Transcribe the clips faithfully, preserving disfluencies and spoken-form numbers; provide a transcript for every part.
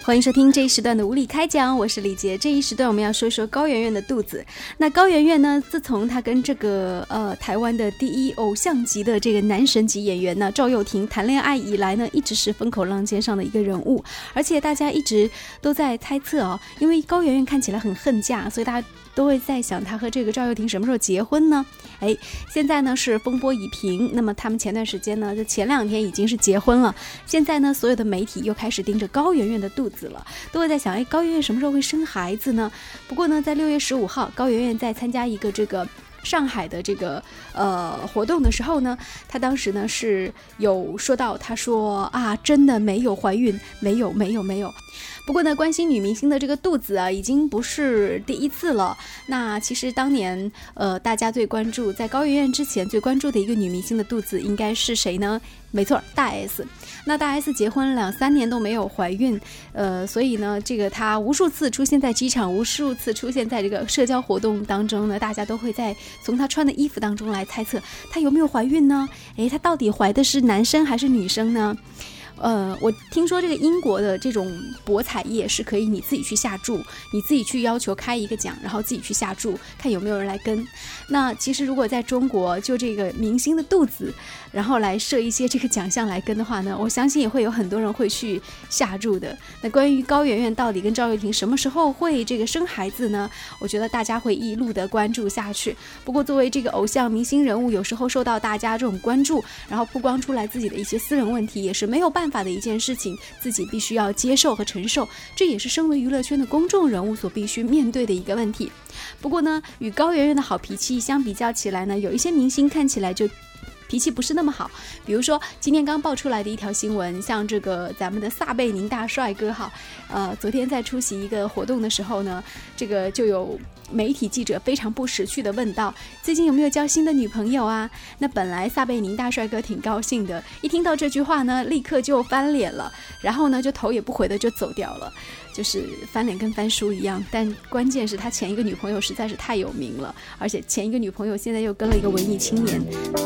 欢迎收听这一时段的无理开讲，我是李杰。这一时段我们要说一说高圆圆的肚子。那高圆圆呢，自从她跟这个呃台湾的第一偶像级的这个男神级演员呢赵又廷谈恋爱以来呢，一直是风口浪尖上的一个人物，而且大家一直都在猜测哦，因为高圆圆看起来很恨嫁，所以大家都会在想她和这个赵又廷什么时候结婚呢？哎，现在呢是风波已平，那么他们前段时间呢，就前两天已经是结婚了，现在呢所有的媒体又开始盯着高圆圆的肚子了，都会在想，哎，高圆圆什么时候会生孩子呢？不过呢，在六月十五号，高圆圆在参加一个这个上海的这个呃活动的时候呢，她当时呢是有说到，她说啊，真的没有怀孕，没有没有没有。不过呢，关心女明星的这个肚子啊，已经不是第一次了。那其实当年呃大家最关注，在高圆圆之前最关注的一个女明星的肚子应该是谁呢？没错，大 S。那大 S 结婚两三年都没有怀孕，呃，所以呢，这个她无数次出现在机场，无数次出现在这个社交活动当中呢，大家都会在从她穿的衣服当中来猜测她有没有怀孕呢？诶，她到底怀的是男生还是女生呢？呃，我听说这个英国的这种博彩业是可以你自己去下注，你自己去要求开一个奖，然后自己去下注，看有没有人来跟。那其实如果在中国就这个明星的肚子，然后来设一些这个奖项来跟的话呢，我相信也会有很多人会去下注的。那关于高圆圆到底跟赵又廷什么时候会这个生孩子呢？我觉得大家会一路的关注下去。不过作为这个偶像明星人物，有时候受到大家这种关注，然后曝光出来自己的一些私人问题，也是没有办法的一件事情，自己必须要接受和承受，这也是身为娱乐圈的公众人物所必须面对的一个问题。不过呢，与高圆圆的好脾气相比较起来呢，有一些明星看起来就脾气不是那么好。比如说今天刚爆出来的一条新闻，像这个咱们的撒贝宁大帅哥哈，呃，昨天在出席一个活动的时候呢，这个就有媒体记者非常不识趣的问到，最近有没有交新的女朋友啊？那本来撒贝宁大帅哥挺高兴的，一听到这句话呢，立刻就翻脸了，然后呢就头也不回的就走掉了，就是翻脸跟翻书一样。但关键是他前一个女朋友实在是太有名了，而且前一个女朋友现在又跟了一个文艺青年。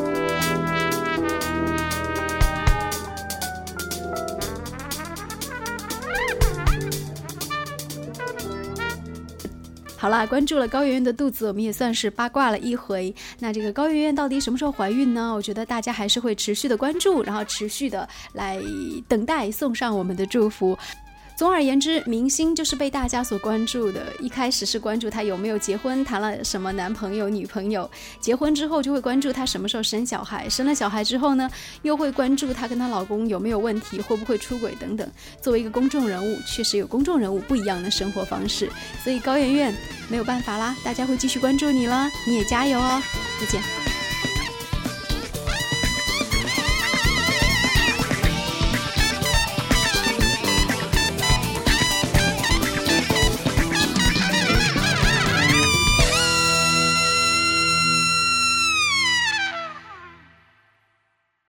好啦，关注了高圆圆的肚子，我们也算是八卦了一回。那这个高圆圆到底什么时候怀孕呢？我觉得大家还是会持续的关注，然后持续的来等待送上我们的祝福。总而言之，明星就是被大家所关注的。一开始是关注他有没有结婚，谈了什么男朋友女朋友，结婚之后就会关注他什么时候生小孩，生了小孩之后呢，又会关注他跟他老公有没有问题，会不会出轨等等。作为一个公众人物，确实有公众人物不一样的生活方式，所以高圆圆没有办法啦，大家会继续关注你了，你也加油哦，再见。